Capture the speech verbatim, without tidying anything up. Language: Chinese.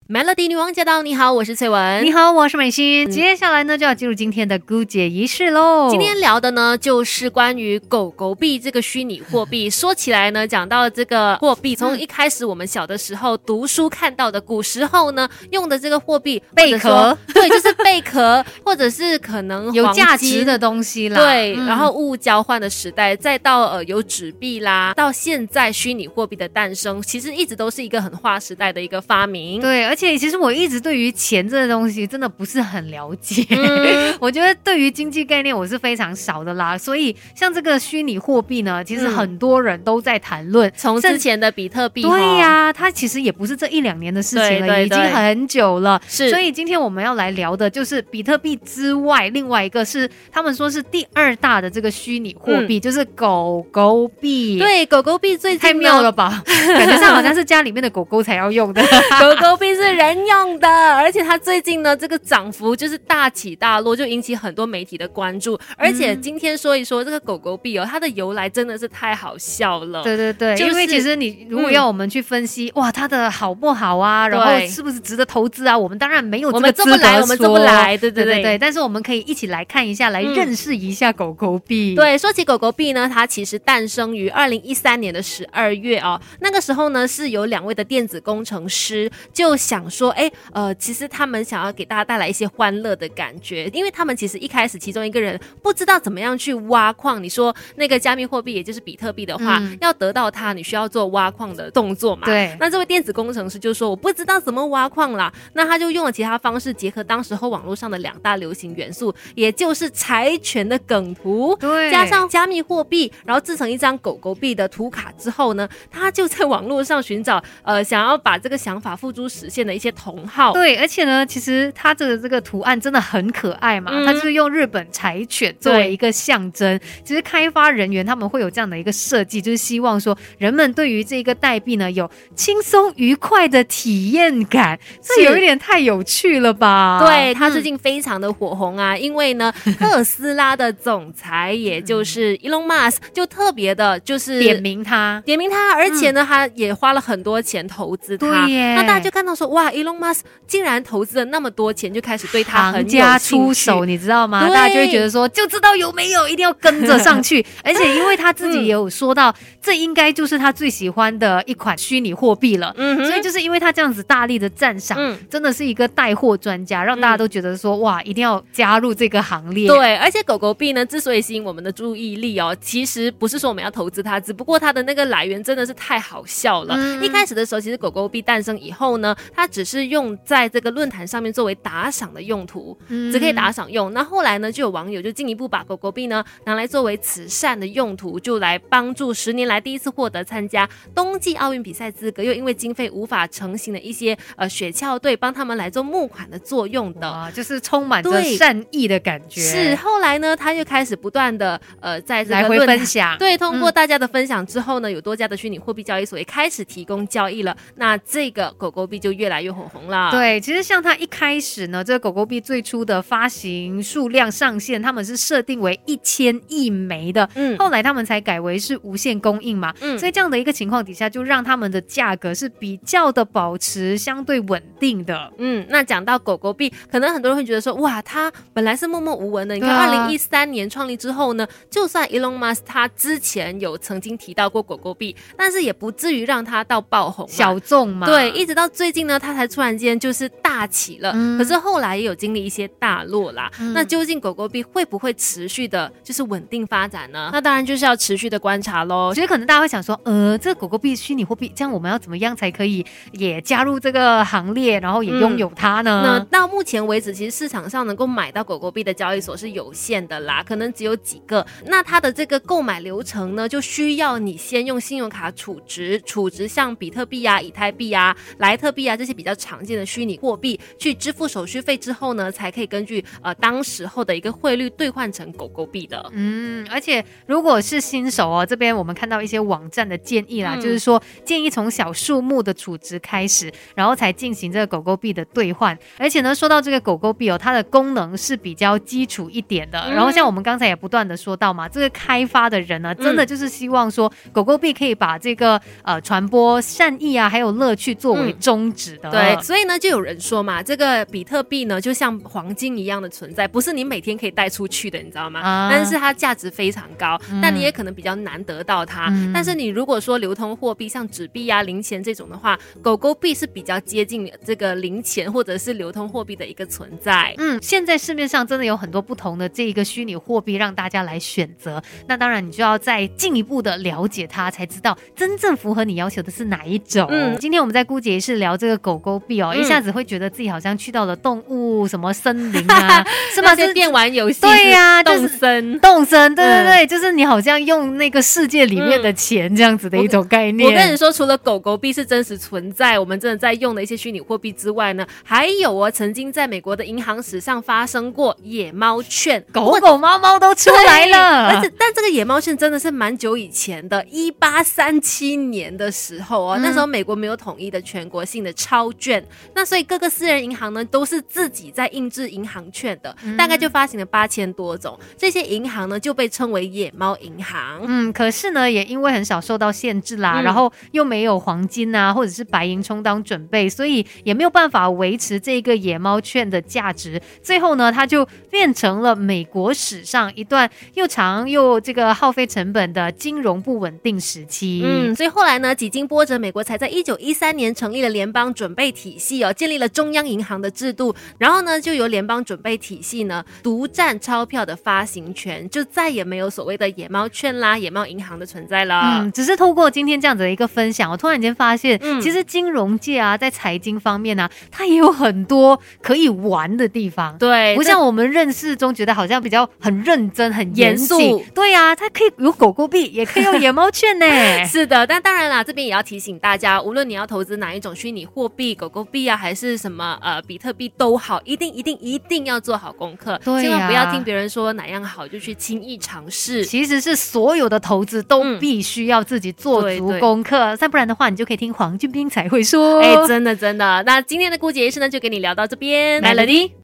Melody 女王驾到！你好，我是翠文。 你好，我是美心。嗯、接下来呢，就要进入今天的姑姐仪式喽。 今天聊的呢，就是关于狗狗币这个虚拟货币。说起来呢，讲到这个货币，从一开始我们小的时候读书看到的，古时候呢用的这个货币贝壳， 对，就是贝壳，或者是可能有价值的东西啦。 对， 嗯、 然后物交换的时代，再到呃有纸币啦，到现在虚拟货币的诞生，其实一直都是一个很划时代的一个发明。 对，而且其实我一直对于钱这个东西真的不是很了解，嗯、我觉得对于经济概念我是非常少的啦，所以像这个虚拟货币呢，其实很多人都在谈论， 从、嗯、之前的比特币， 对呀、啊，它其实也不是这一两年的事情了， 对对对， 已经很久了。 是， 所以今天我们要来聊的就是比特币之外，另外一个是他们说是第二大的这个虚拟货币，嗯、就是狗狗币。 对，狗狗币最近太妙了吧，感觉上好像是家里面的狗狗才要用的， 狗狗币是人用的。而且它最近呢，这个涨幅就是大起大落，就引起很多媒体的关注。而且今天说一说这个狗狗币哦，它的由来真的是太好笑了。 对对对，就是、因为其实你如果要我们去分析，嗯、哇，它的好不好啊，然后是不是值得投资啊，我们当然没有这个资格说， 我们做不来，我们做不来，对对对, 对, 对但是我们可以一起来看一下，来认识一下狗狗币。 嗯、对，说起狗狗币呢，它其实诞生于二零一三年的十二月哦，那个时候呢是有两位的电子工程师就想说，哎，呃，其实他们想要给大家带来一些欢乐的感觉，因为他们其实一开始其中一个人不知道怎么样去挖矿。你说那个加密货币也就是比特币的话，嗯、要得到它你需要做挖矿的动作嘛。 对。 那这位电子工程师就说我不知道怎么挖矿啦，那他就用了其他方式结合当时候网络上的两大流行元素，也就是柴犬的梗图， 对， 加上加密货币，然后制成一张狗狗币的图卡之后呢，他就在网络上寻找呃想要把这个想法付诸实现的一些同好。 对，而且呢，其实它这个这个图案真的很可爱嘛，嗯、它就是用日本柴犬作为一个象征。其实开发人员他们会有这样的一个设计，就是希望说人们对于这个代币呢有轻松愉快的体验感。这有一点太有趣了吧？ 对，它最近非常的火红啊，嗯、因为呢，特斯拉的总裁也就是 Elon Musk 就特别的就是点名他， 点名他，而且呢，嗯、他也花了很多钱投资他。 对耶， 那大家就看到说，哇 ，Elon Musk 竟然投资了那么多钱，就开始对他很有兴趣， 行家出手，你知道吗？大家就会觉得说，就知道有没有，一定要跟着上去。而且因为他自己也有说到，嗯、这应该就是他最喜欢的一款虚拟货币了。嗯，所以就是因为他这样子大力的赞赏，嗯、真的是一个带货专家，让大家都觉得说，哇，一定要加入这个行列。 对，而且狗狗币呢，之所以吸引我们的注意力哦，其实不是说我们要投资它，只不过它的那个来源真的是太好笑了。嗯、一开始的时候，其实狗狗币诞生以后呢，它只是用在这个论坛上面作为打赏的用途，嗯、只可以打赏用。那后来呢，就有网友就进一步把狗狗币呢拿来作为慈善的用途，就来帮助十年来第一次获得参加冬季奥运比赛资格，又因为经费无法成型的一些呃雪橇队，帮他们来做募款的作用的。 哇，就是充满着善意的感觉。 是，后来呢，他又开始不断的呃在这个来回分享， 对，通过大家的分享之后呢，嗯、有多家的虚拟货币交易所也开始提供交易了，那这个狗狗币就越来越火红了。 对，其实像它一开始呢，这个狗狗币最初的发行数量上限，他们是设定为一千亿枚的，嗯，后来他们才改为是无限供应嘛，嗯，所以这样的一个情况底下，就让他们的价格是比较的保持相对稳定的。 嗯，那讲到狗狗币，可能很多人会觉得说，哇，它本来是默默无闻的，你看二零一三年创立之后呢，就算 Elon Musk 他之前有曾经提到过狗狗币，但是也不至于让它到爆红， 小众嘛。 对，一直到最近呢，它才突然间就是大起了，嗯、可是后来也有经历一些大落啦。嗯、那究竟狗狗币会不会持续的，就是稳定发展呢？那当然就是要持续的观察咯。 其实可能大家会想说，呃，这个狗狗币虚拟货币，这样我们要怎么样才可以也加入这个行列，然后也拥有它呢？ 嗯、那到目前为止，其实市场上能够买到狗狗币的交易所是有限的啦，可能只有几个。那它的这个购买流程呢，就需要你先用信用卡储值，储值像比特币啊、以太币啊、莱特币啊这些比较常见的虚拟货币。 币去支付手续费之后呢，才可以根据呃当时候的一个汇率兑换成狗狗币的。 嗯，而且如果是新手哦，这边我们看到一些网站的建议啦，嗯、就是说建议从小数目的储值开始，然后才进行这个狗狗币的兑换。而且呢，说到这个狗狗币哦，它的功能是比较基础一点的。嗯、然后像我们刚才也不断的说到嘛，这个开发的人呢，真的就是希望说狗狗币可以把这个呃传播善意啊，还有乐趣作为宗旨的。 嗯、对，所以呢，就有人说嘛，这个比特币呢，就像黄金一样的存在，不是你每天可以带出去的，你知道吗？啊、但是它价值非常高，嗯、但你也可能比较难得到它。嗯、但是你如果说流通货币像纸币啊、零钱这种的话，狗狗币是比较接近这个零钱或者是流通货币的一个存在。 嗯，现在市面上真的有很多不同的这一个虚拟货币让大家来选择，那当然你就要再进一步的了解它，才知道真正符合你要求的是哪一种。嗯，今天我们在姑姐是聊这个狗狗币哦，嗯、一下子会觉得自己好像去到了动物什么森林啊， 是吗？是电玩游戏， 对呀、啊， 动森， 动森，对对对，嗯、就是你好像用那个世界里面的钱这样子的一种概念。 我, 我跟你说，除了狗狗币是真实存在，我们真的在用的一些虚拟货币之外呢，还有哦，曾经在美国的银行史上发生过野猫券， 狗狗猫猫都出来了。 而且，但这个野猫券真的是蛮久以前的，一八三七年的时候哦，嗯、那时候美国没有统一的全国性的钞券，那所以各个私人银行呢都是自己在印制银行券的，嗯、大概就发行了八千多种，这些银行呢就被称为野猫银行。 嗯，可是呢，也因为很少受到限制啦，嗯、然后又没有黄金啊或者是白银充当准备，所以也没有办法维持这个野猫券的价值。最后呢，它就变成了美国史上一段又长又这个耗费成本的金融不稳定时期。 嗯，所以后来呢，几经波折，美国才在一九一三年成立了联邦准备体系哦，建立了中央银行的制度，然后呢，就由联邦准备体系呢独占钞票的发行权，就再也没有所谓的野猫券啦、野猫银行的存在了。 嗯，只是透过今天这样子的一个分享，我突然间发现，嗯、其实金融界啊，在财经方面啊，它也有很多可以玩的地方。 对， 不像我们认识中觉得好像比较很认真、很严肃。对呀、啊，它可以有狗狗币，也可以有野猫券呢。 是的，但当然啦，这边也要提醒大家，无论你要投资哪一种虚拟货币，狗狗币啊，还是什么呃比特币都好，一定一定一定要做好功课， 对、啊， 千万不要听别人说哪样好就去轻易尝试。 其实是所有的投资都必须要自己做足功课，再、嗯、不然的话，你就可以听黄俊斌才会说。 哎，真的真的。那今天的姑姐医师呢，就跟你聊到这边， 来了的。